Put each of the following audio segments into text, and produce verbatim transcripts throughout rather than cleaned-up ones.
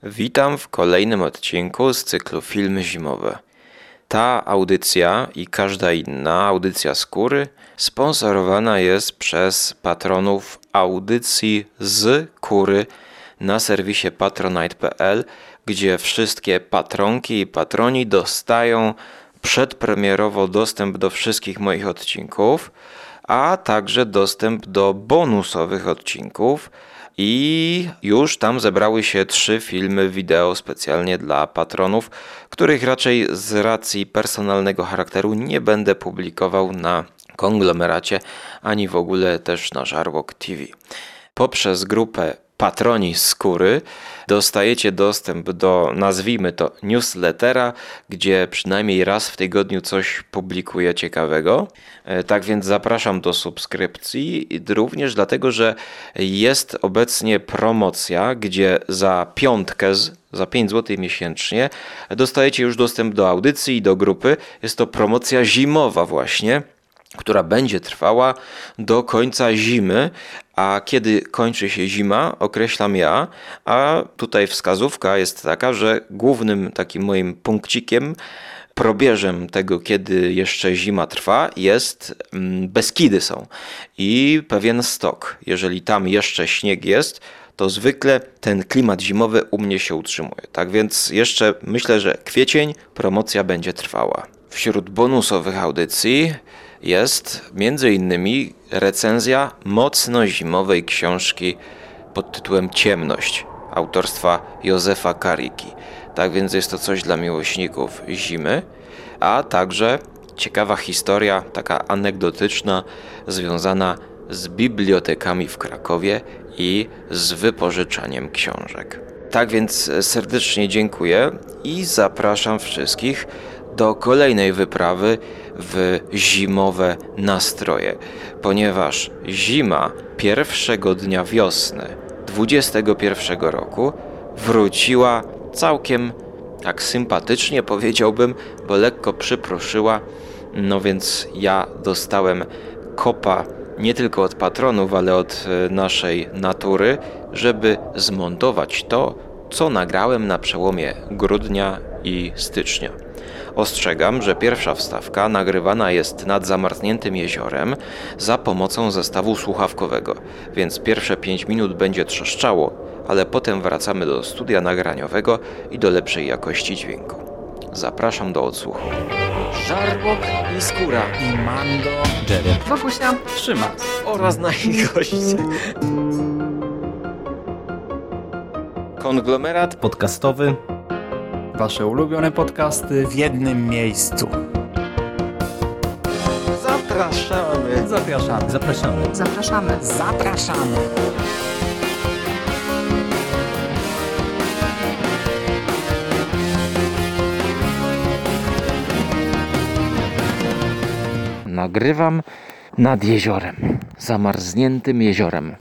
Witam w kolejnym odcinku z cyklu Filmy Zimowe. Ta audycja i każda inna audycja Skóry sponsorowana jest przez patronów audycji z Kury na serwisie patronite kropka p l, gdzie wszystkie patronki i patroni dostają przedpremierowo dostęp do wszystkich moich odcinków, a także dostęp do bonusowych odcinków. I już tam zebrały się trzy filmy wideo specjalnie dla patronów, których raczej z racji personalnego charakteru nie będę publikował na konglomeracie, ani w ogóle też na Żarłok T V. Poprzez grupę Patroni Skóry dostajecie dostęp do, nazwijmy to, newslettera, gdzie przynajmniej raz w tygodniu coś publikuję ciekawego. Tak więc zapraszam do subskrypcji, również dlatego, że jest obecnie promocja, gdzie za piątkę, za pięć złotych miesięcznie dostajecie już dostęp do audycji i do grupy. Jest to promocja zimowa właśnie, która będzie trwała do końca zimy, a kiedy kończy się zima, określam ja, a tutaj wskazówka jest taka, że głównym takim moim punkcikiem, probierzem tego, kiedy jeszcze zima trwa, jest Beskidy są i pewien stok. Jeżeli tam jeszcze śnieg jest, to zwykle ten klimat zimowy u mnie się utrzymuje. Tak więc jeszcze myślę, że kwiecień promocja będzie trwała. Wśród bonusowych audycji jest między innymi recenzja mocno zimowej książki pod tytułem Ciemność autorstwa Józefa Kariki. Tak więc jest to coś dla miłośników zimy, a także ciekawa historia, taka anegdotyczna, związana z bibliotekami w Krakowie i z wypożyczaniem książek. Tak więc serdecznie dziękuję i zapraszam wszystkich do kolejnej wyprawy w zimowe nastroje, ponieważ zima pierwszego dnia wiosny dwudziestego pierwszego roku wróciła całkiem tak sympatycznie, powiedziałbym, bo lekko przyproszyła. No więc ja dostałem kopa nie tylko od patronów, ale od naszej natury, żeby zmontować to, co nagrałem na przełomie grudnia i stycznia. Ostrzegam, że pierwsza wstawka nagrywana jest nad zamarzniętym jeziorem za pomocą zestawu słuchawkowego, więc pierwsze pięć minut będzie trzeszczało, ale potem wracamy do studia nagraniowego i do lepszej jakości dźwięku. Zapraszam do odsłuchu. Żarłok i Skóra i Mando, Jerry, Wokusia, Trzyma oraz nasi goście. Konglomerat podcastowy. Wasze ulubione podcasty w jednym miejscu. Zapraszamy. Zapraszamy. Zapraszamy. zapraszamy. Zapraszamy. Nagrywam nad jeziorem, zamarzniętym jeziorem.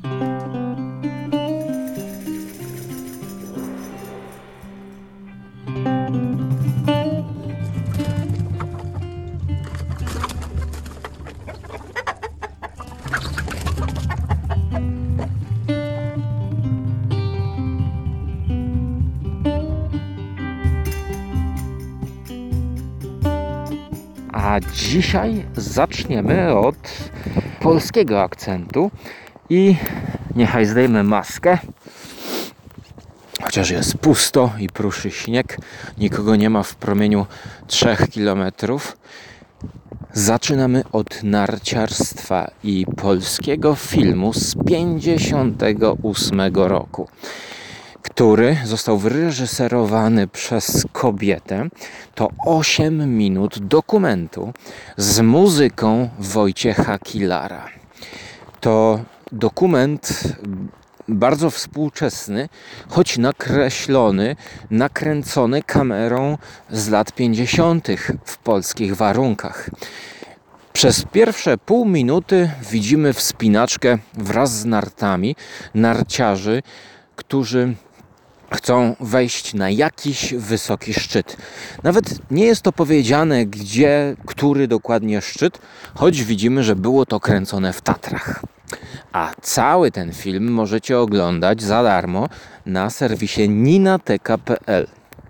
A dzisiaj zaczniemy od polskiego akcentu i niechaj zdejmę maskę, chociaż jest pusto i pruszy śnieg, nikogo nie ma w promieniu trzech kilometrów. Zaczynamy od narciarstwa i polskiego filmu z pięćdziesiątego ósmego roku, który został wyreżyserowany przez kobietę. To osiem minut dokumentu z muzyką Wojciecha Kilara. To dokument bardzo współczesny, choć nakreślony, nakręcony kamerą z lat pięćdziesiątych w polskich warunkach. Przez pierwsze pół minuty widzimy wspinaczkę wraz z nartami narciarzy, którzy chcą wejść na jakiś wysoki szczyt. Nawet nie jest to powiedziane, gdzie, który dokładnie szczyt, choć widzimy, że było to kręcone w Tatrach. A cały ten film możecie oglądać za darmo na serwisie ninateka kropka pe el.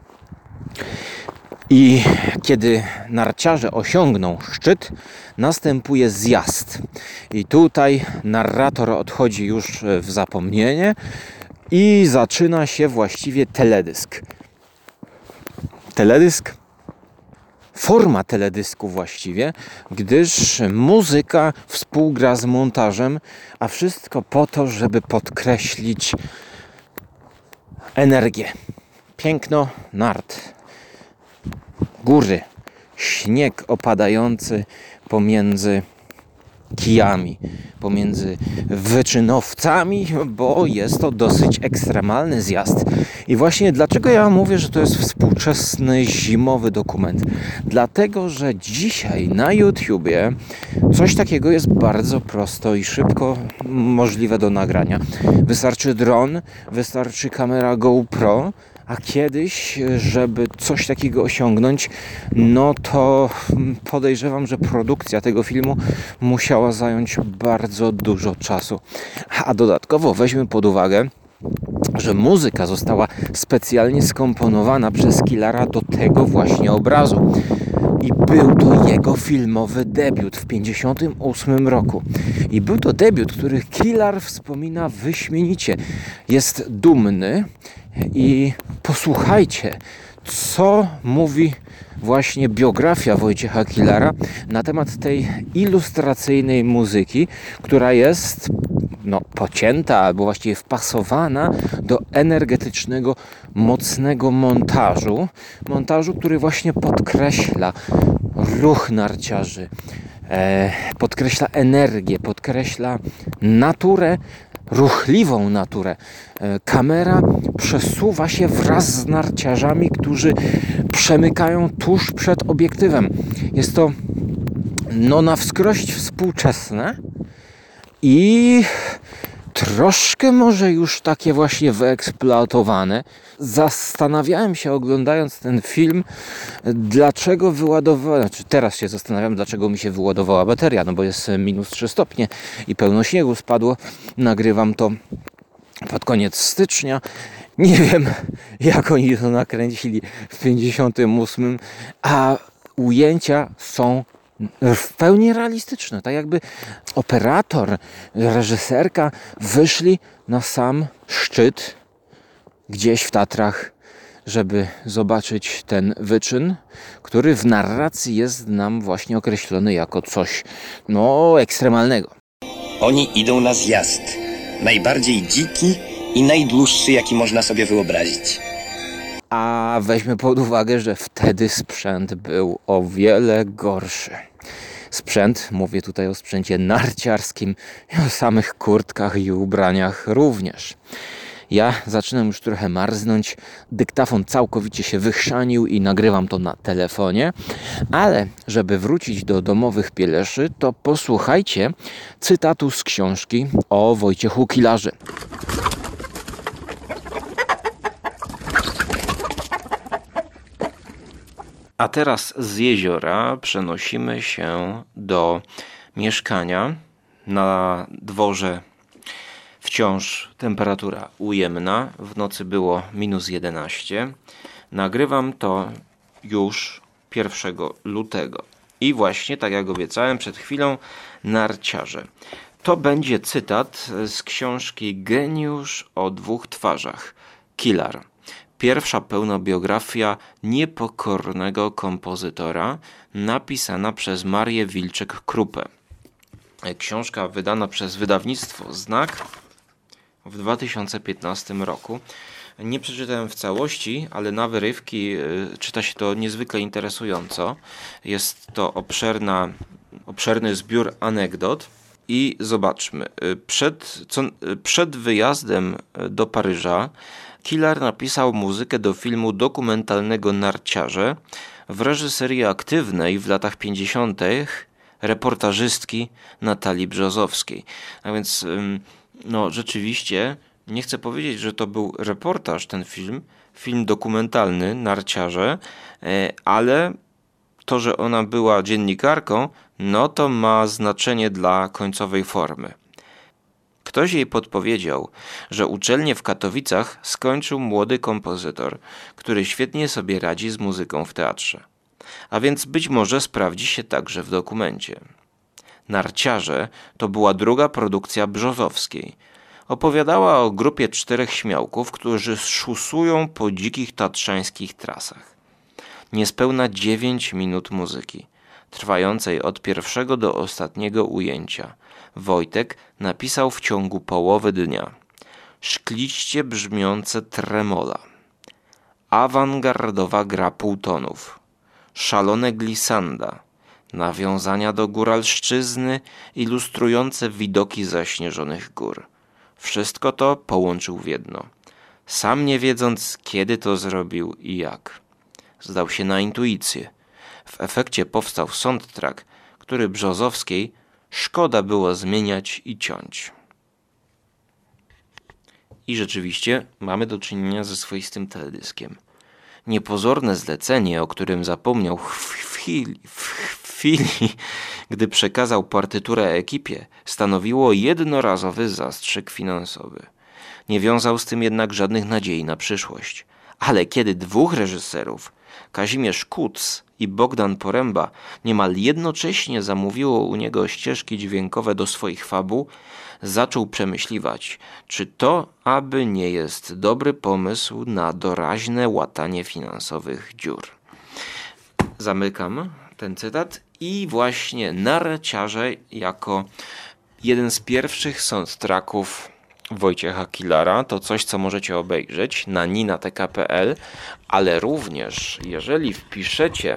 I kiedy narciarze osiągną szczyt, następuje zjazd. I tutaj narrator odchodzi już w zapomnienie i zaczyna się właściwie teledysk. Teledysk? Forma teledysku właściwie, gdyż muzyka współgra z montażem, a wszystko po to, żeby podkreślić energię. Piękno nart. Góry, śnieg opadający pomiędzy kijami, pomiędzy wyczynowcami, bo jest to dosyć ekstremalny zjazd. I właśnie dlaczego ja mówię, że to jest współczesny zimowy dokument? Dlatego, że dzisiaj na YouTubie coś takiego jest bardzo prosto i szybko możliwe do nagrania. Wystarczy dron, wystarczy kamera GoPro, a kiedyś, żeby coś takiego osiągnąć, no to podejrzewam, że produkcja tego filmu musiała zająć bardzo dużo czasu. A dodatkowo weźmy pod uwagę, że muzyka została specjalnie skomponowana przez Killara do tego właśnie obrazu. I był to jego filmowy debiut w pięćdziesiątym ósmym roku. I był to debiut, który Killar wspomina wyśmienicie. Jest dumny i posłuchajcie, co mówi właśnie biografia Wojciecha Killara na temat tej ilustracyjnej muzyki, która jest no, pocięta albo właściwie wpasowana do energetycznego, mocnego montażu. Montażu, który właśnie podkreśla ruch narciarzy, e, podkreśla energię, podkreśla naturę, ruchliwą naturę. E, kamera przesuwa się wraz z narciarzami, którzy przemykają tuż przed obiektywem. Jest to no na wskroś współczesne i troszkę może już takie właśnie wyeksploatowane. Zastanawiałem się, oglądając ten film, dlaczego wyładowałem, znaczy teraz się zastanawiam, dlaczego mi się wyładowała bateria, no bo jest minus trzy stopnie i pełno śniegu spadło. Nagrywam to pod koniec stycznia. Nie wiem, jak oni to nakręcili w pięćdziesiątym ósmym, a ujęcia są w pełni realistyczne. Tak jakby operator, reżyserka wyszli na sam szczyt gdzieś w Tatrach, żeby zobaczyć ten wyczyn, który w narracji jest nam właśnie określony jako coś no ekstremalnego. Oni idą na zjazd. Najbardziej dziki i najdłuższy, jaki można sobie wyobrazić. A weźmy pod uwagę, że wtedy sprzęt był o wiele gorszy. Sprzęt, mówię tutaj o sprzęcie narciarskim i o samych kurtkach i ubraniach również. Ja zaczynam już trochę marznąć, dyktafon całkowicie się wychrzanił i nagrywam to na telefonie, ale żeby wrócić do domowych pieleszy, to posłuchajcie cytatu z książki o Wojciechu Killarze. A teraz z jeziora przenosimy się do mieszkania. Na dworze wciąż temperatura ujemna. W nocy było minus jedenaście. Nagrywam to już pierwszego lutego. I właśnie, tak jak obiecałem przed chwilą, narciarze. To będzie cytat z książki Geniusz o dwóch twarzach. Killar. Pierwsza pełna biografia niepokornego kompozytora, napisana przez Marię Wilczek-Krupę. Książka wydana przez wydawnictwo Znak w dwa tysiące piętnastym roku. Nie przeczytałem w całości, ale na wyrywki czyta się to niezwykle interesująco. Jest to obszerna, obszerny zbiór anegdot. I zobaczmy, przed, co, przed wyjazdem do Paryża Killar napisał muzykę do filmu dokumentalnego Narciarze w reżyserii aktywnej w latach pięćdziesiątych reportażystki Natalii Brzozowskiej. A więc no, rzeczywiście Nie chcę powiedzieć, że to był reportaż, ten film, film dokumentalny, Narciarze, ale to, że ona była dziennikarką, no to ma znaczenie dla końcowej formy. Ktoś jej podpowiedział, że uczelnię w Katowicach skończył młody kompozytor, który świetnie sobie radzi z muzyką w teatrze. A więc być może sprawdzi się także w dokumencie. Narciarze to była druga produkcja Brzozowskiej. Opowiadała o grupie czterech śmiałków, którzy szusują po dzikich tatrzańskich trasach. Niespełna dziewięć minut muzyki, trwającej od pierwszego do ostatniego ujęcia, Wojtek napisał w ciągu połowy dnia. Szkliście brzmiące tremola, awangardowa gra półtonów, szalone glissanda, nawiązania do góralszczyzny ilustrujące widoki zaśnieżonych gór. Wszystko to połączył w jedno, sam nie wiedząc, kiedy to zrobił i jak. Zdał się na intuicję. W efekcie powstał soundtrack, który Brzozowskiej szkoda było zmieniać i ciąć. I rzeczywiście mamy do czynienia ze swoistym teledyskiem. Niepozorne zlecenie, o którym zapomniał w chwili, w chwili, gdy przekazał partyturę ekipie, stanowiło jednorazowy zastrzyk finansowy. Nie wiązał z tym jednak żadnych nadziei na przyszłość. Ale kiedy dwóch reżyserów, Kazimierz Kuc i Bogdan Poręba, niemal jednocześnie zamówiło u niego ścieżki dźwiękowe do swoich fabuł, zaczął przemyśliwać, czy to aby nie jest dobry pomysł na doraźne łatanie finansowych dziur. Zamykam ten cytat i właśnie Narciarze jako jeden z pierwszych soundtracków Wojciecha Kilara to coś, co możecie obejrzeć na ninateka kropka pe el, ale również jeżeli wpiszecie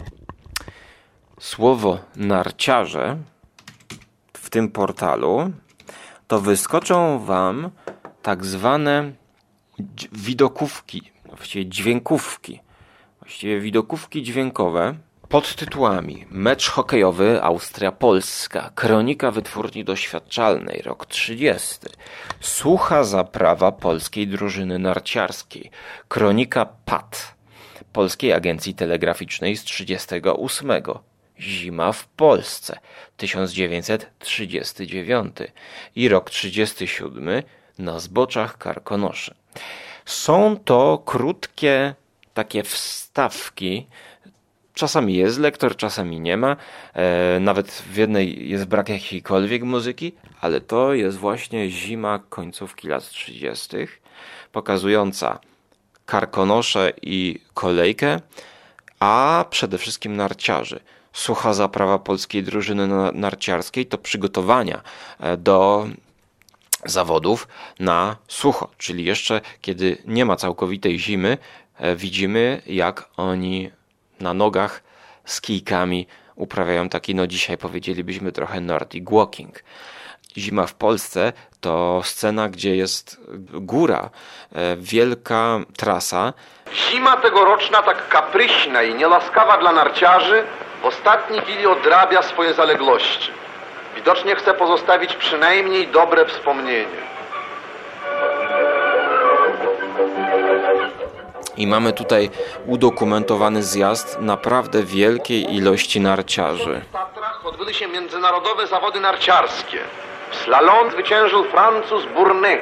słowo narciarze w tym portalu, to wyskoczą wam tak zwane widokówki, właściwie dźwiękówki, właściwie widokówki dźwiękowe pod tytułami Mecz hokejowy Austria-Polska, Kronika wytwórni doświadczalnej, rok trzydziesty, Sucha zaprawa polskiej drużyny narciarskiej, Kronika P A T, Polskiej Agencji Telegraficznej z trzydziestego ósmego, Zima w Polsce, tysiąc dziewięćset trzydziesty dziewiąty i rok trzydziesty siódmy, Na zboczach Karkonoszy. Są to krótkie takie wstawki. Czasami jest lektor, czasami nie ma. E, nawet w jednej jest brak jakiejkolwiek muzyki, ale to jest właśnie Zima końcówki lat trzydziestych, pokazująca Karkonosze i kolejkę, a przede wszystkim narciarzy. Sucha zaprawa polskiej drużyny narciarskiej to przygotowania do zawodów na sucho, czyli jeszcze kiedy nie ma całkowitej zimy, widzimy jak oni na nogach z kijkami uprawiają taki, no dzisiaj powiedzielibyśmy trochę Nordic walking. Zima w Polsce to scena, gdzie jest góra, wielka trasa. Zima tegoroczna tak kapryśna i nielaskawa dla narciarzy w ostatniej chwili odrabia swoje zaległości. Widocznie chce pozostawić przynajmniej dobre wspomnienie. I mamy tutaj udokumentowany zjazd naprawdę wielkiej ilości narciarzy. W Tatrach odbyły się międzynarodowe zawody narciarskie. W slalom zwyciężył Francuz Bournet.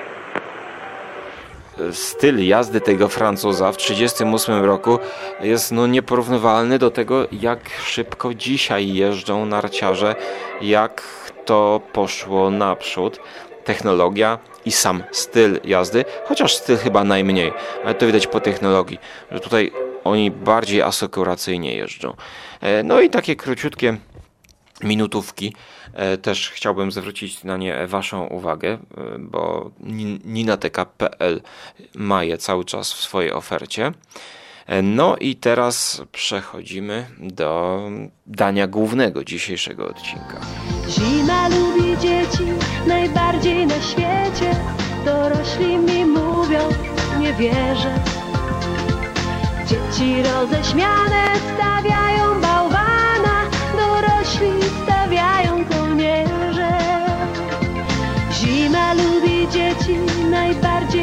Styl jazdy tego Francuza w tysiąc dziewięćset trzydziestym ósmym roku jest no nieporównywalny do tego, jak szybko dzisiaj jeżdżą narciarze, jak to poszło naprzód. Technologia i sam styl jazdy, chociaż styl chyba najmniej, ale to widać po technologii, że tutaj oni bardziej asekuracyjnie jeżdżą. No i takie króciutkie minutówki, też chciałbym zwrócić na nie waszą uwagę, bo ninateka kropka pe el ma je cały czas w swojej ofercie. No i teraz przechodzimy do dania głównego dzisiejszego odcinka. Zima lubi dzieci najbardziej na świecie. Dorośli mi mówią, nie wierzę. Dzieci roześmiane stawiają bałwana, dorośli stawiają kołnierze. Zima lubi dzieci najbardziej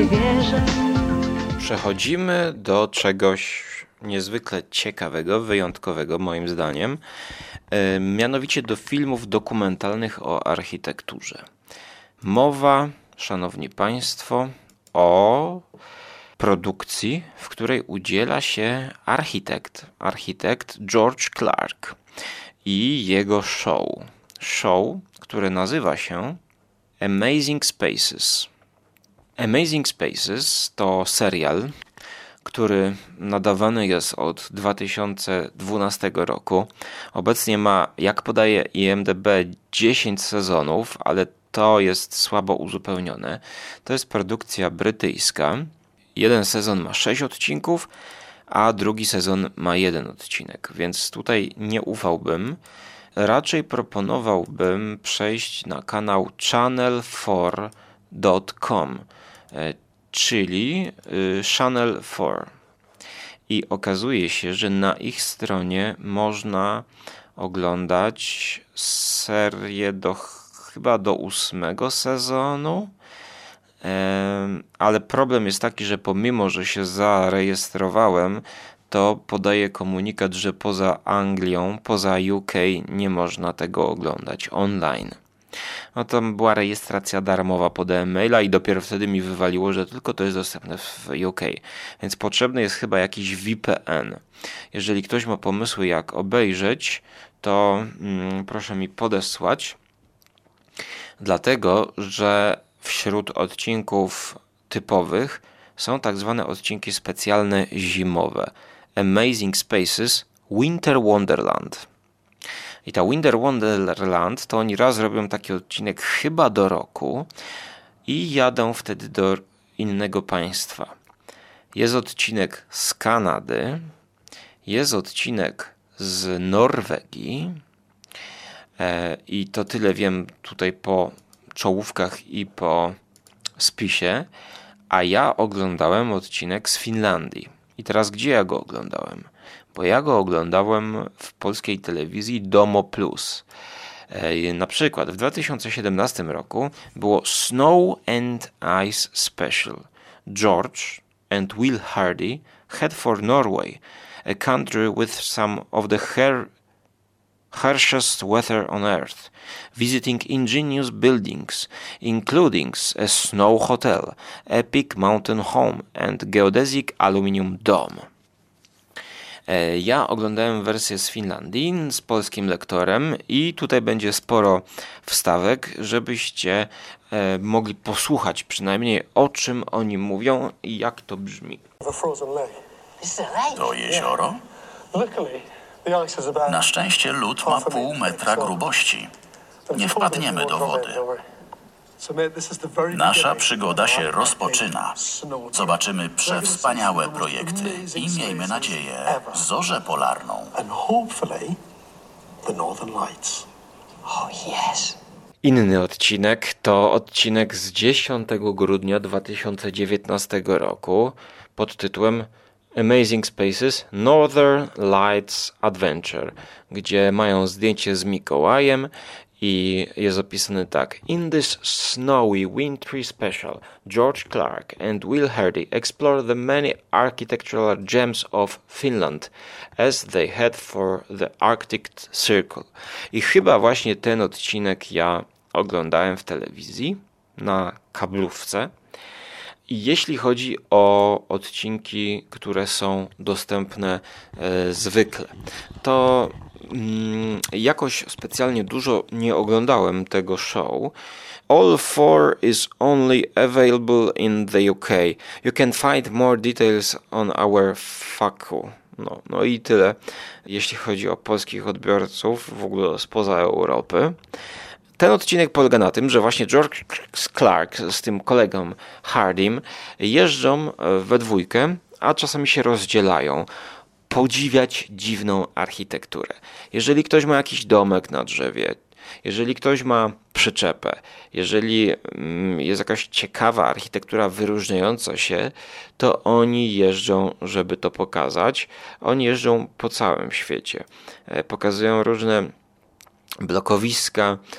wierzę. Przechodzimy do czegoś niezwykle ciekawego, wyjątkowego moim zdaniem, yy, mianowicie do filmów dokumentalnych o architekturze. Mowa, szanowni państwo, o produkcji, w której udziela się architekt, architekt George Clark i jego show. Show, które nazywa się Amazing Spaces. Amazing Spaces to serial, który nadawany jest od dwa tysiące dwunastego roku. Obecnie ma, jak podaje I M D B, dziesięć sezonów, ale to jest słabo uzupełnione. To jest produkcja brytyjska. Jeden sezon ma sześć odcinków, a drugi sezon ma jeden odcinek, więc tutaj nie ufałbym. Raczej proponowałbym przejść na kanał channel four dot com, czyli Channel cztery. I okazuje się, że na ich stronie można oglądać serię do chyba do ósmego sezonu, ale problem jest taki, że pomimo, że się zarejestrowałem, to podaje komunikat, że poza Anglią, poza U K nie można tego oglądać online. No to była rejestracja darmowa, podałem maila i dopiero wtedy mi wywaliło, że tylko to jest dostępne w U K. Więc potrzebny jest chyba jakiś V P N. Jeżeli ktoś ma pomysły, jak obejrzeć, to mm, proszę mi podesłać. Dlatego, że wśród odcinków typowych są tak zwane odcinki specjalne zimowe. Amazing Spaces Winter Wonderland. I ta Winter Wonderland to oni raz robią taki odcinek chyba do roku i jadą wtedy do innego państwa. Jest odcinek z Kanady, jest odcinek z Norwegii e, i to tyle wiem tutaj po czołówkach i po spisie, a ja oglądałem odcinek z Finlandii. I teraz gdzie ja go oglądałem? Bo ja go oglądałem w polskiej telewizji Domo Plus. E, na przykład w dwa tysiące siedemnastym roku było Snow and Ice Special. George and Will Hardy head for Norway, a country with some of the hair harshest weather on Earth, visiting ingenious buildings, including a snow hotel, epic mountain home and geodesic aluminium dome. Ja oglądałem wersję z Finlandii z polskim lektorem i tutaj będzie sporo wstawek, żebyście mogli posłuchać przynajmniej, o czym oni mówią i jak to brzmi. To jezioro? Na szczęście lód ma pół metra grubości. Nie wpadniemy do wody. Nasza przygoda się rozpoczyna. Zobaczymy przewspaniałe projekty i miejmy nadzieję zorzę polarną. Inny odcinek to odcinek z dziesiątego grudnia dwa tysiące dziewiętnastego roku pod tytułem Amazing Spaces Northern Lights Adventure, gdzie mają zdjęcie z Mikołajem i jest opisane tak. In this snowy wintry special, George Clark and Will Hardy explore the many architectural gems of Finland as they head for the Arctic Circle. I chyba właśnie ten odcinek ja oglądałem w telewizji na kablówce. I jeśli chodzi o odcinki, które są dostępne e, zwykle, to mm, jakoś specjalnie dużo nie oglądałem tego show. All four is only available in the U K. You can find more details on our F A Q. No, no i tyle, jeśli chodzi o polskich odbiorców w ogóle spoza Europy. Ten odcinek polega na tym, że właśnie George Clark z tym kolegą Hardym jeżdżą we dwójkę, a czasami się rozdzielają, podziwiać dziwną architekturę. Jeżeli ktoś ma jakiś domek na drzewie, jeżeli ktoś ma przyczepę, jeżeli jest jakaś ciekawa architektura wyróżniająca się, to oni jeżdżą, żeby to pokazać. Oni jeżdżą po całym świecie. Pokazują różne blokowiska,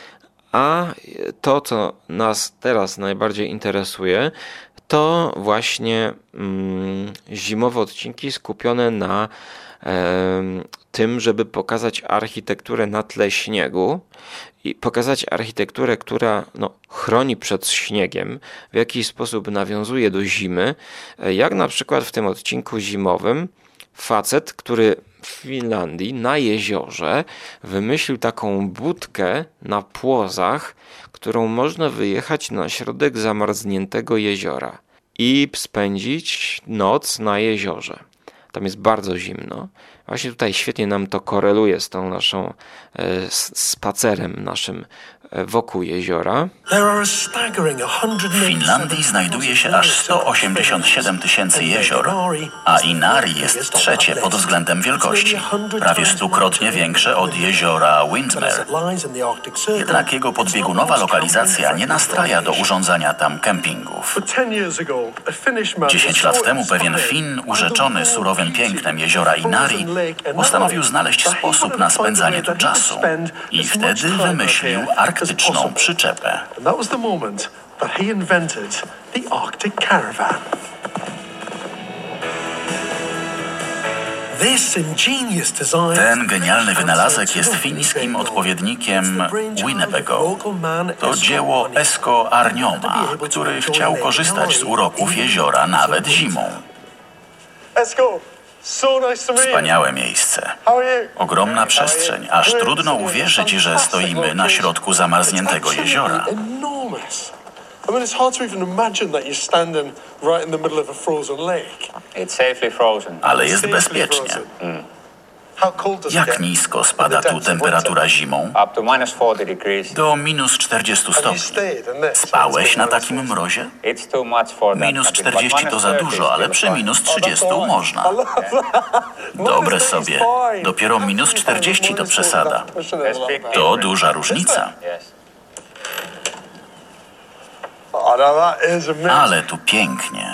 A to, co nas teraz najbardziej interesuje, to właśnie mm, zimowe odcinki skupione na e, tym, żeby pokazać architekturę na tle śniegu i pokazać architekturę, która no, chroni przed śniegiem, w jakiś sposób nawiązuje do zimy, jak na przykład w tym odcinku zimowym facet, który w Finlandii na jeziorze wymyślił taką budkę na płozach, którą można wyjechać na środek zamarzniętego jeziora i spędzić noc na jeziorze. Tam jest bardzo zimno. Właśnie tutaj świetnie nam to koreluje z tą naszą e, spacerem naszym e, wokół jeziora. W Finlandii znajduje się aż sto osiemdziesiąt siedem tysięcy jezior, a Inari jest trzecie pod względem wielkości, prawie stukrotnie większe od jeziora Windmer. Jednak jego podbiegunowa lokalizacja nie nastraja do urządzania tam kempingów. Dziesięć lat temu pewien Fin, urzeczony surowym pięknem jeziora Inari, postanowił znaleźć sposób na spędzanie tu czasu i wtedy wymyślił arktyczną przyczepę. Ten genialny wynalazek jest fińskim odpowiednikiem Winnipego. To dzieło Esko Arnioma, który chciał korzystać z uroków jeziora nawet zimą. Wspaniałe miejsce. Ogromna przestrzeń, aż trudno uwierzyć, że stoimy na środku zamarzniętego jeziora. Ale jest bezpiecznie. Jak nisko spada tu temperatura zimą? Do minus czterdziestu stopni. Spałeś na takim mrozie? Minus czterdzieści to za dużo, ale przy minus trzydziestu można. Dobre sobie. Dopiero minus czterdzieści to przesada. To duża różnica. Ale tu pięknie.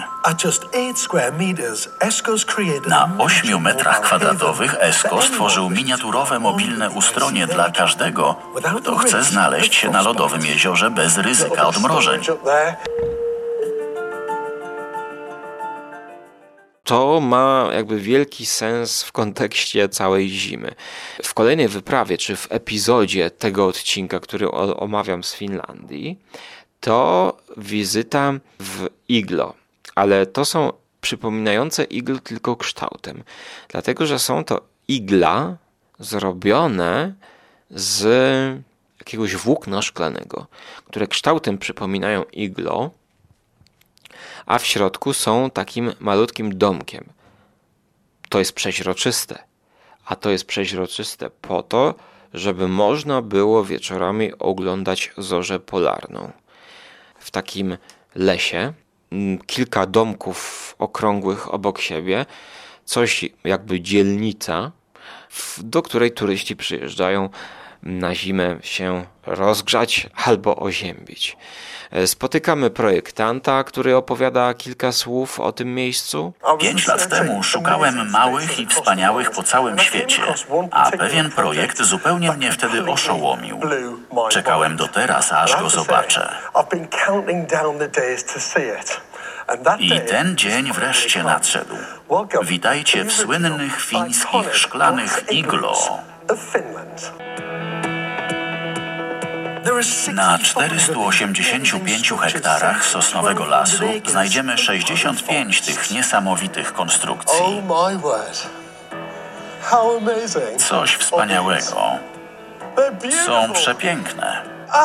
Na ośmiu metrach kwadratowych Esko stworzył miniaturowe mobilne ustronie dla każdego, kto chce znaleźć się na lodowym jeziorze bez ryzyka odmrożeń. To ma jakby wielki sens w kontekście całej zimy. W kolejnej wyprawie, czy w epizodzie tego odcinka, który omawiam z Finlandii, to wizyta w iglo, ale to są przypominające iglo tylko kształtem, dlatego że są to igla zrobione z jakiegoś włókna szklanego, które kształtem przypominają iglo, a w środku są takim malutkim domkiem. To jest przeźroczyste, a to jest przeźroczyste po to, żeby można było wieczorami oglądać zorzę polarną. W takim lesie, kilka domków okrągłych obok siebie, coś jakby dzielnica, do której turyści przyjeżdżają na zimę się rozgrzać albo oziębić. Spotykamy projektanta, który opowiada kilka słów o tym miejscu. Pięć lat temu szukałem małych i wspaniałych po całym świecie, a pewien projekt zupełnie mnie wtedy oszołomił. Czekałem do teraz, aż go zobaczę. I ten dzień wreszcie nadszedł. Witajcie w słynnych fińskich szklanych iglo. Na czterystu osiemdziesięciu pięciu hektarach sosnowego lasu znajdziemy sześćdziesiąt pięć tych niesamowitych konstrukcji. Coś wspaniałego. Są przepiękne.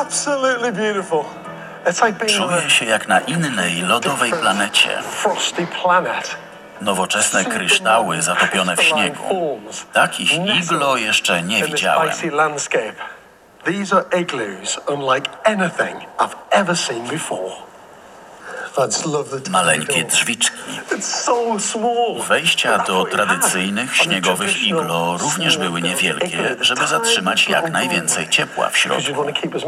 Czuję się jak na innej lodowej planecie. Nowoczesne kryształy zatopione w śniegu. Takich iglo jeszcze nie widziałem. These are igloos unlike anything I've ever seen before. I just love the Maleńkie drzwiczki. It's so small. Wejścia do tradycyjnych śniegowych iglo również były niewielkie, żeby zatrzymać jak najwięcej ciepła w środku.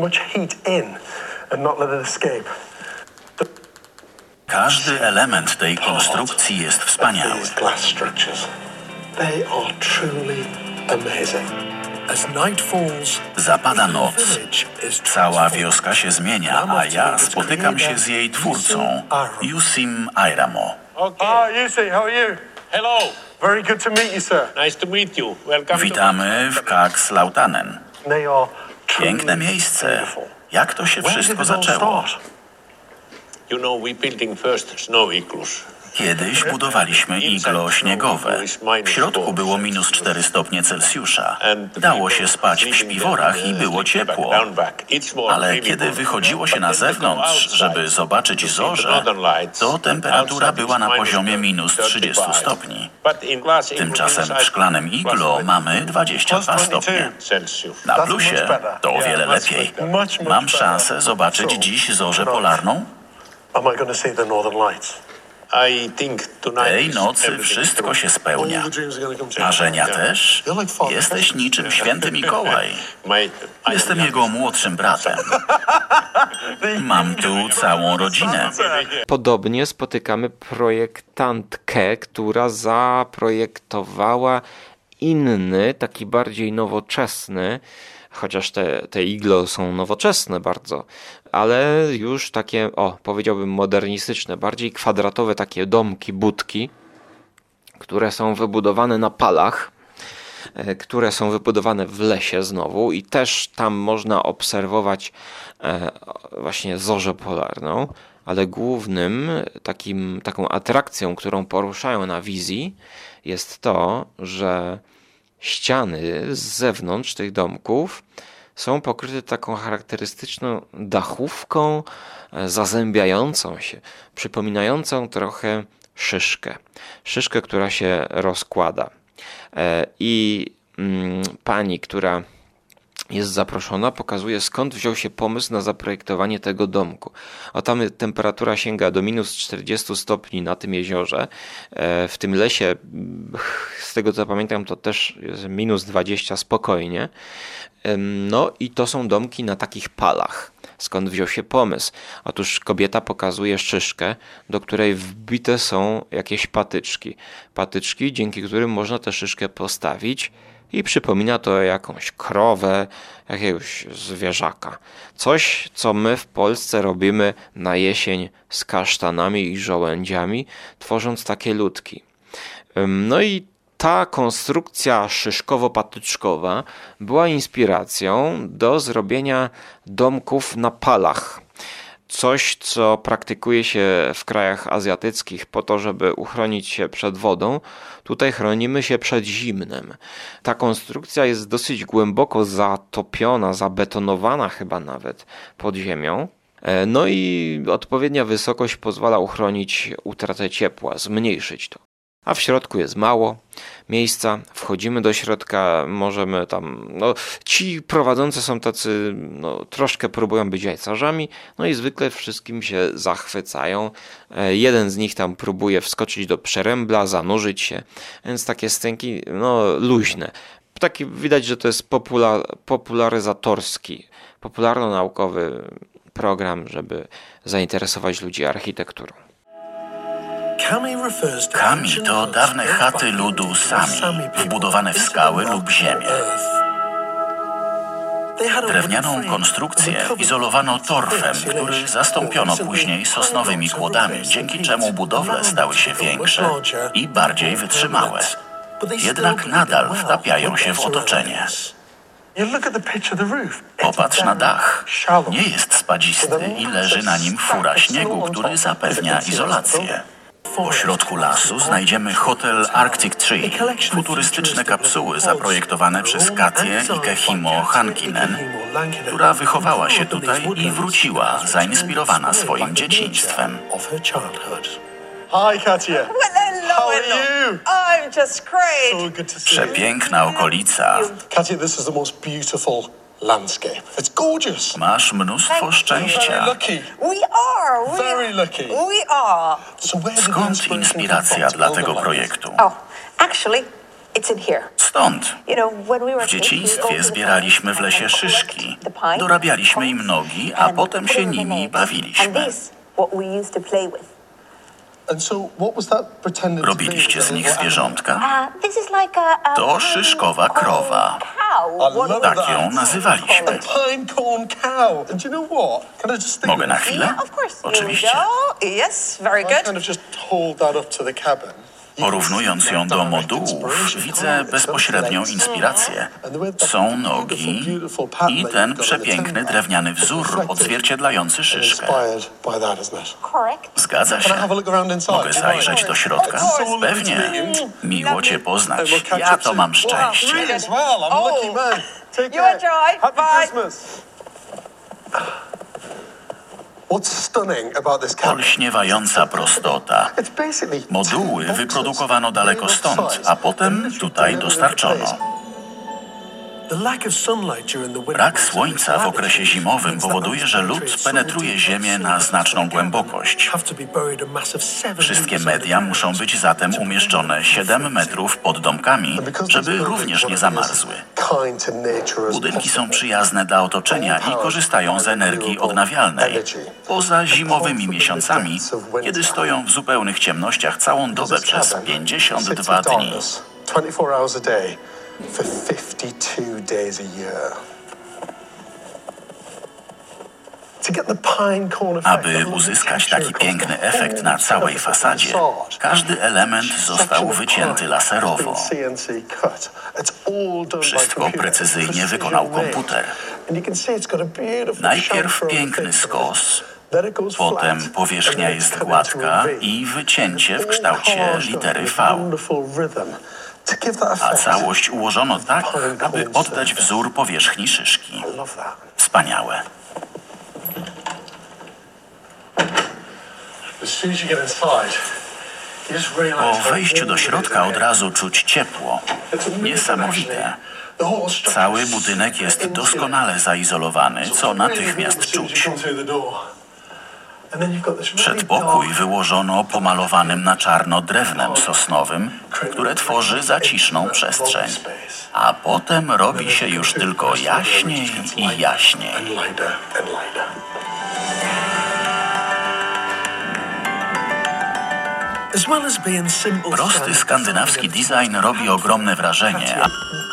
Każdy element tej konstrukcji jest wspaniały. As night falls, Zapada noc. village is Cała wioska się zmienia, a ja spotykam się z jej twórcą, Yusim Ayramo. Ah, Yusi, how are you? Hello. Very good to meet you, sir. Nice to meet you. Welcome Witamy w Kakslautanen. They are Piękne truly miejsce. beautiful. Jak to się Where did wszystko it all zaczęło? start? You know, we building first snow igloos. Kiedyś budowaliśmy iglo śniegowe. W środku było minus cztery stopnie Celsjusza. Dało się spać w śpiworach i było ciepło. Ale kiedy wychodziło się na zewnątrz, żeby zobaczyć zorze, to temperatura była na poziomie minus trzydzieści stopni. Tymczasem w szklanym iglo mamy dwadzieścia dwa stopnie. Na plusie to o wiele lepiej. Mam szansę zobaczyć dziś zorzę polarną? Am I going to see the Northern Lights? I think tonight Tej is nocy everything wszystko true. się spełnia. All the dreams are going to come true. Marzenia też? Jesteś niczym święty Mikołaj. My, I Jestem am jego młodszym bratem. Mam tu całą rodzinę. Podobnie spotykamy projektantkę, która zaprojektowała inny, taki bardziej nowoczesny, chociaż te, te iglo są nowoczesne bardzo, ale już takie, o, powiedziałbym modernistyczne, bardziej kwadratowe takie domki, budki, które są wybudowane na palach, e, które są wybudowane w lesie znowu i też tam można obserwować e, właśnie zorzę polarną, ale głównym takim, taką atrakcją, którą poruszają na wizji, jest to, że ściany z zewnątrz tych domków są pokryte taką charakterystyczną dachówką zazębiającą się, przypominającą trochę szyszkę. Szyszkę, która się rozkłada. I pani, która jest zaproszona, pokazuje, skąd wziął się pomysł na zaprojektowanie tego domku. O, tam temperatura sięga do minus czterdzieści stopni na tym jeziorze. W tym lesie, z tego co pamiętam, to też jest minus dwadzieścia spokojnie. No i to są domki na takich palach. Skąd wziął się pomysł? Otóż kobieta pokazuje szyszkę, do której wbite są jakieś patyczki. Patyczki, dzięki którym można tę szyszkę postawić i przypomina to jakąś krowę, jakiegoś zwierzaka. Coś, co my w Polsce robimy na jesień z kasztanami i żołędziami, tworząc takie ludki. No i ta konstrukcja szyszkowo-patyczkowa była inspiracją do zrobienia domków na palach. Coś, co praktykuje się w krajach azjatyckich po to, żeby uchronić się przed wodą. Tutaj chronimy się przed zimnem. Ta konstrukcja jest dosyć głęboko zatopiona, zabetonowana chyba nawet pod ziemią. No i odpowiednia wysokość pozwala uchronić utratę ciepła, zmniejszyć to. A w środku jest mało miejsca, wchodzimy do środka, możemy tam, no ci prowadzący są tacy, no troszkę próbują być jajcarzami, no i zwykle wszystkim się zachwycają. Jeden z nich tam próbuje wskoczyć do przerębla, zanurzyć się, więc takie scenki, no luźne. Taki widać, że to jest popula- popularyzatorski, popularno-naukowy program, żeby zainteresować ludzi architekturą. Kami to dawne chaty ludu Sami, wbudowane w skały lub ziemię. Drewnianą konstrukcję izolowano torfem, który zastąpiono później sosnowymi kłodami, dzięki czemu budowle stały się większe i bardziej wytrzymałe. Jednak nadal wtapiają się w otoczenie. Popatrz na dach. Nie jest spadzisty i leży na nim fura śniegu, który zapewnia izolację. Po środku lasu znajdziemy hotel Arctic Tree, futurystyczne kapsuły zaprojektowane przez Katię Ikehimo Hankinen, która wychowała się tutaj i wróciła, zainspirowana swoim dzieciństwem. Hi, Katia. How are you? I'm just great. So good to see you. Przepiękna okolica. Katia, this is the most beautiful landscape. It's gorgeous. Masz mnóstwo Very szczęścia. lucky. We are. We, Very lucky. we are. So where did the Skąd inspiration inspiracja come from dla to build tego the lights? projektu? Oh, actually, it's in here. Stąd. You know, when we were W dzieciństwie zbieraliśmy w lesie szyszki, dorabialiśmy im nogi, a potem się nimi bawiliśmy. And so what was that pretending to be? Robiliście z nich zwierzątka? Uh, this is like a, a To szyszkowa krowa. I love Tak that. ją nazywaliśmy. A pine corn cow. And do you know what? Can I just stick Mogę with na it? chwilę? Yeah, of course. Here we Oczywiście. go. Yes, very I good. kind of just hold that up to the cabin. Porównując ją do modułów, widzę bezpośrednią inspirację. Są nogi i ten przepiękny drewniany wzór odzwierciedlający szyszkę. Inspired by that, isn't it? Correct. Zgadza Can I się. have a look around inside? Mogę zajrzeć do środka? Pewnie. Miło cię poznać. Ja to mam szczęście. Me as well. I'm a lucky man. Take You care. enjoy. Happy Bye. Christmas. What's stunning about this cabin? Olśniewająca prostota. It's basically Moduły two wyprodukowano boxes, daleko stąd, a potem tutaj dostarczono. Brak słońca w okresie zimowym powoduje, że lód penetruje Ziemię na znaczną głębokość. Wszystkie media muszą być zatem umieszczone siedem metrów pod domkami, żeby również nie zamarzły. Budynki są przyjazne dla otoczenia i korzystają z energii odnawialnej. Poza zimowymi miesiącami, kiedy stoją w zupełnych ciemnościach całą dobę przez pięćdziesiąt dwa dni. twenty-four hours a day for fifty-two days a year. To get the pine corn effect, Aby uzyskać taki piękny efekt na całej fasadzie, każdy element został wycięty laserowo. Wszystko precyzyjnie wykonał komputer. Najpierw piękny skos, potem powierzchnia jest gładka i wycięcie w kształcie litery V. A całość ułożono tak, aby oddać wzór powierzchni szyszki. Wspaniałe. Po wejściu do środka od razu czuć ciepło. Niesamowite. Cały budynek jest doskonale zaizolowany, co natychmiast czuć. Przedpokój wyłożono pomalowanym na czarno drewnem sosnowym, które tworzy zaciszną przestrzeń. A potem robi się już tylko jaśniej i jaśniej. Prosty skandynawski design robi ogromne wrażenie.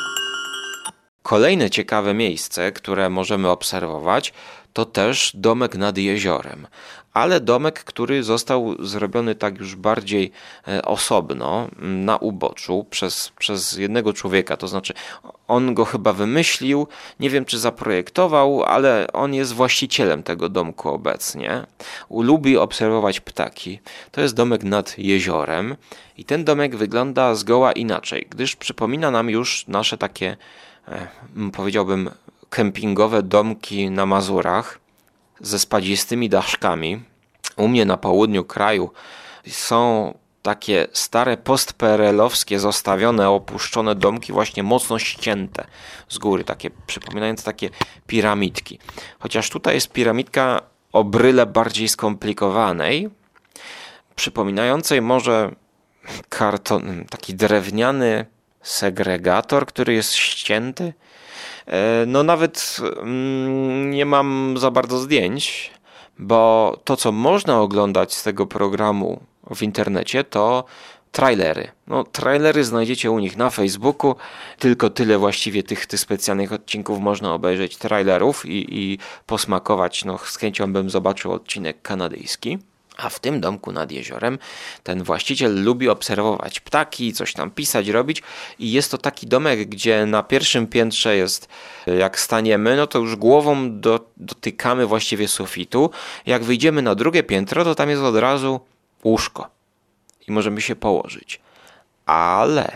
Kolejne ciekawe miejsce, które możemy obserwować, to też domek nad jeziorem, ale domek, który został zrobiony tak już bardziej osobno, na uboczu, przez, przez jednego człowieka, to znaczy on go chyba wymyślił, nie wiem czy zaprojektował, ale on jest właścicielem tego domku obecnie. Lubi obserwować ptaki. To jest domek nad jeziorem i ten domek wygląda zgoła inaczej, gdyż przypomina nam już nasze takie, powiedziałbym, kempingowe domki na Mazurach ze spadzistymi daszkami. U mnie na południu kraju są takie stare post-P R L-owskie zostawione, opuszczone domki właśnie mocno ścięte z góry, takie przypominające takie piramidki. Chociaż tutaj jest piramidka o bryle bardziej skomplikowanej, przypominającej może karton, taki drewniany segregator, który jest ścięty. No nawet nie mam za bardzo zdjęć, bo to, co można oglądać z tego programu w internecie, to trailery. No, trailery znajdziecie u nich na Facebooku, tylko tyle właściwie tych, tych specjalnych odcinków można obejrzeć, trailerów i, i posmakować. No, z chęcią bym zobaczył odcinek kanadyjski. A w tym domku nad jeziorem ten właściciel lubi obserwować ptaki, coś tam pisać, robić i jest to taki domek, gdzie na pierwszym piętrze jest, jak staniemy, no to już głową do, dotykamy właściwie sufitu. Jak wyjdziemy na drugie piętro, to tam jest od razu łóżko i możemy się położyć. Ale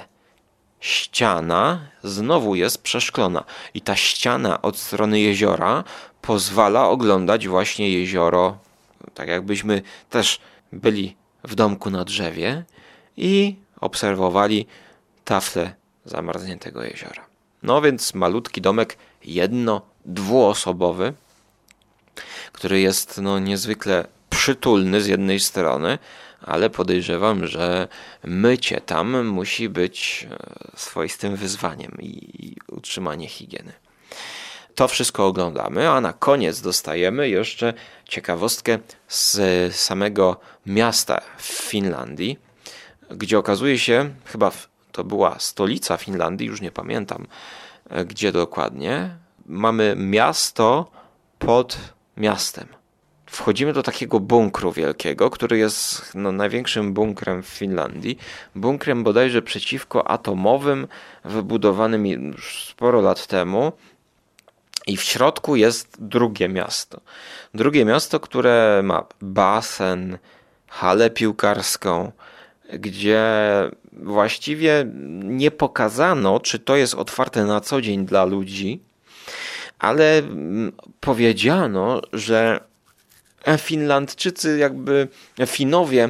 ściana znowu jest przeszklona i ta ściana od strony jeziora pozwala oglądać właśnie jezioro, tak jakbyśmy też byli w domku na drzewie i obserwowali taflę zamarzniętego jeziora. No więc malutki domek jedno-, dwuosobowy, który jest no niezwykle przytulny z jednej strony, ale podejrzewam, że mycie tam musi być swoistym wyzwaniem i utrzymanie higieny. To wszystko oglądamy, a na koniec dostajemy jeszcze ciekawostkę z samego miasta w Finlandii, gdzie okazuje się, chyba to była stolica Finlandii, już nie pamiętam, Gdzie dokładnie? Mamy miasto pod miastem. Wchodzimy do takiego bunkru wielkiego, który jest no, największym bunkrem w Finlandii. Bunkrem bodajże przeciwkoatomowym, wybudowanym już sporo lat temu. I w środku jest drugie miasto. Drugie miasto, które ma basen, halę piłkarską, gdzie właściwie nie pokazano, czy to jest otwarte na co dzień dla ludzi, ale powiedziano, że Finlandczycy, jakby Finowie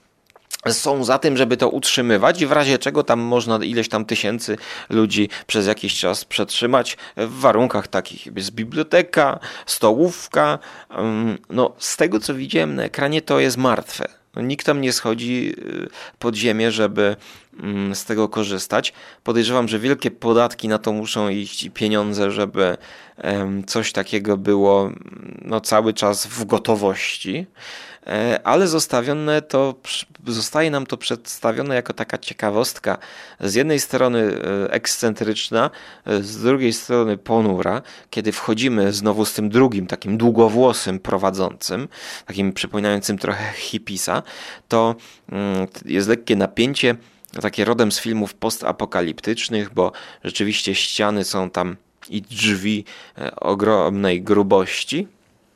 są za tym, żeby to utrzymywać, w razie czego tam można ileś tam tysięcy ludzi przez jakiś czas przetrzymać w warunkach takich, jest biblioteka, stołówka. No, z tego co widziałem na ekranie, to jest martwe. Nikt tam nie schodzi pod ziemię, żeby z tego korzystać. Podejrzewam, że wielkie podatki na to muszą iść i pieniądze, żeby coś takiego było no, cały czas w gotowości. Ale zostawione to, zostaje nam to przedstawione jako taka ciekawostka. Z jednej strony ekscentryczna, z drugiej strony ponura. Kiedy wchodzimy znowu z tym drugim, takim długowłosym prowadzącym, takim przypominającym trochę hipisa, to jest lekkie napięcie, takie rodem z filmów postapokaliptycznych, bo rzeczywiście ściany są tam i drzwi ogromnej grubości.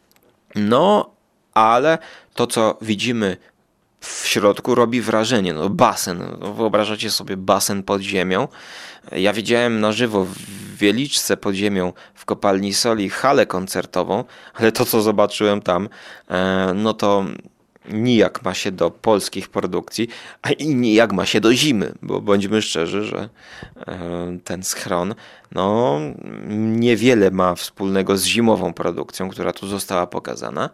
No, ale to, co widzimy w środku, robi wrażenie. No, basen. No, wyobrażacie sobie basen pod ziemią. Ja widziałem na żywo w Wieliczce pod ziemią w kopalni soli halę koncertową, ale to, co zobaczyłem tam, no to nijak ma się do polskich produkcji, a i nijak ma się do zimy, bo bądźmy szczerzy, że ten schron no, niewiele ma wspólnego z zimową produkcją, która tu została pokazana,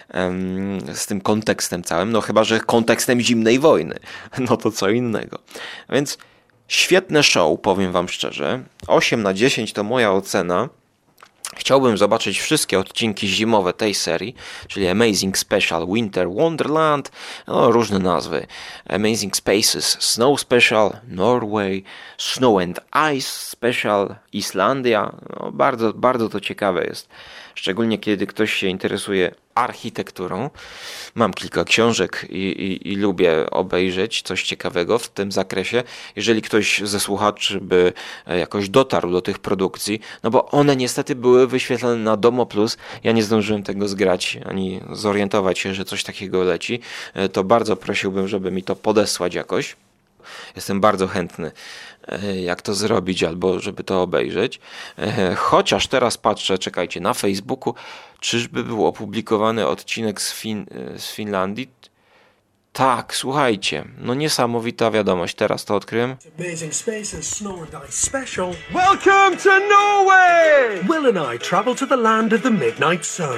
z tym kontekstem całym, no chyba że kontekstem zimnej wojny, no to co innego. Więc świetne show, powiem wam szczerze, osiem na dziesięć to moja ocena. Chciałbym zobaczyć wszystkie odcinki zimowe tej serii, czyli Amazing Special Winter Wonderland, no, różne nazwy. Amazing Spaces Snow Special, Norway, Snow and Ice Special, Islandia. No, bardzo, bardzo to ciekawe jest. Szczególnie kiedy ktoś się interesuje architekturą. Mam kilka książek i, i, i lubię obejrzeć coś ciekawego w tym zakresie. Jeżeli ktoś ze słuchaczy by jakoś dotarł do tych produkcji, no bo one niestety były wyświetlane na Domo Plus. Ja nie zdążyłem tego zgrać, ani zorientować się, że coś takiego leci. To bardzo prosiłbym, żeby mi to podesłać jakoś. Jestem bardzo chętny, jak to zrobić, albo żeby to obejrzeć. Chociaż teraz patrzę, czekajcie, na Facebooku, czyżby był opublikowany odcinek z, fin- z Finlandii? Tak, słuchajcie, no niesamowita wiadomość, teraz to odkryłem. Amazing Spaces Snow and Ice Special. Welcome to Norway! Will and I travel to the land of the midnight sun.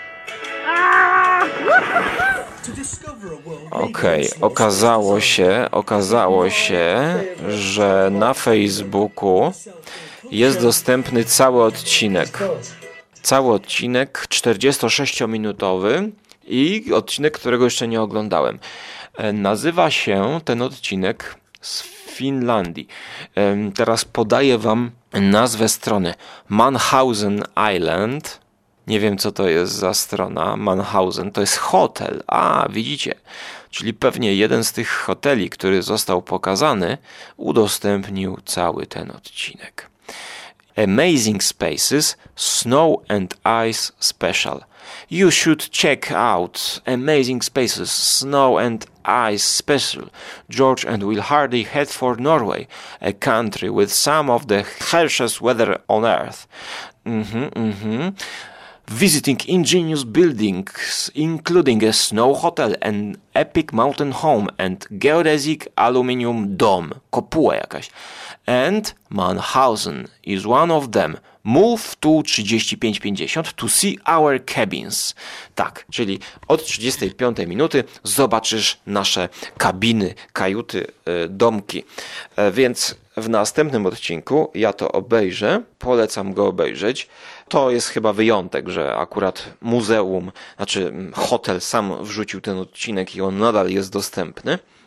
Okej, okay. okazało się, okazało się, że na Facebooku jest dostępny cały odcinek. Cały odcinek czterdziestosześciominutowy i odcinek, którego jeszcze nie oglądałem. Nazywa się ten odcinek z Finlandii. Teraz podaję wam nazwę strony. Mannhausen Island. Nie wiem, co to jest za strona. Mannhausen to jest hotel. A, widzicie. Czyli pewnie jeden z tych hoteli, który został pokazany, udostępnił cały ten odcinek. Amazing Spaces Snow and Ice Special. You should check out Amazing Spaces Snow and Ice Special. George and Will Hardy head for Norway, a country with some of the harshest weather on earth. Mhm, mhm. Visiting ingenious buildings, including a snow hotel, an epic mountain home, and geodesic aluminium dome, kopuła jakaś. And Mannhausen is one of them. Move to trzydzieści pięć pięćdziesiąt to see our cabins. Tak, czyli od trzydziestej piątej minuty zobaczysz nasze kabiny, kajuty, domki. Więc w następnym odcinku ja to obejrzę, polecam go obejrzeć. To jest chyba wyjątek, że akurat muzeum, znaczy hotel sam wrzucił ten odcinek i on nadal jest dostępny.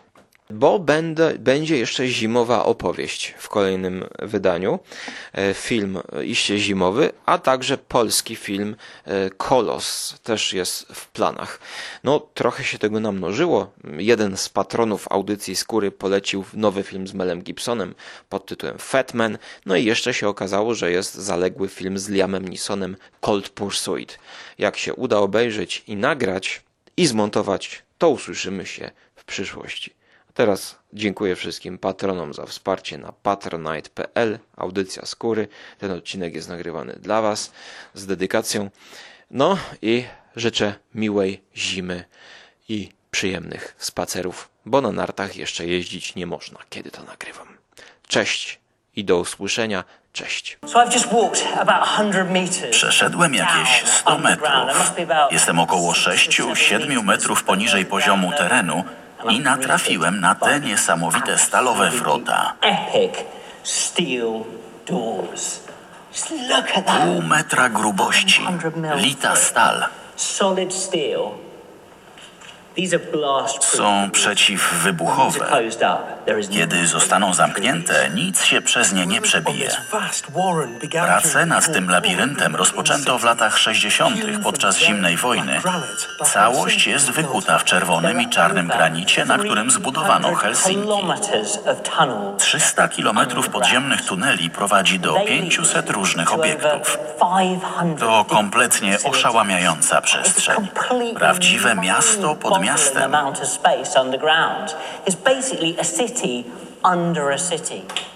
bo będę, będzie jeszcze zimowa opowieść w kolejnym wydaniu. Film iście zimowy, a także polski film Kolos też jest w planach. No, trochę się tego namnożyło. Jeden z patronów audycji Skóry polecił nowy film z Melem Gibsonem pod tytułem Fat Man. No i jeszcze się okazało, że jest zaległy film z Liamem Neesonem Cold Pursuit. Jak się uda obejrzeć i nagrać i zmontować, to usłyszymy się w przyszłości. A teraz dziękuję wszystkim patronom za wsparcie na patronite kropka p l. Audycja Skóry. Ten odcinek jest nagrywany dla Was z dedykacją. No i życzę miłej zimy i przyjemnych spacerów, bo na nartach jeszcze jeździć nie można, kiedy to nagrywam. Cześć i do usłyszenia. Cześć. Przeszedłem jakieś sto metrów. Jestem około sześć siedem metrów poniżej poziomu terenu i natrafiłem na te niesamowite stalowe wrota. Pół metra grubości, lita stal. Są przeciwwybuchowe. Kiedy zostaną zamknięte, nic się przez nie nie przebije. Prace nad tym labiryntem rozpoczęto w latach sześćdziesiątych podczas zimnej wojny. Całość jest wykuta w czerwonym i czarnym granicie, na którym zbudowano Helsinki. trzysta kilometrów podziemnych tuneli prowadzi do pięciuset różnych obiektów. To kompletnie oszałamiająca przestrzeń. Prawdziwe miasto pod miastem. Amount of space underground is basically a city under a city.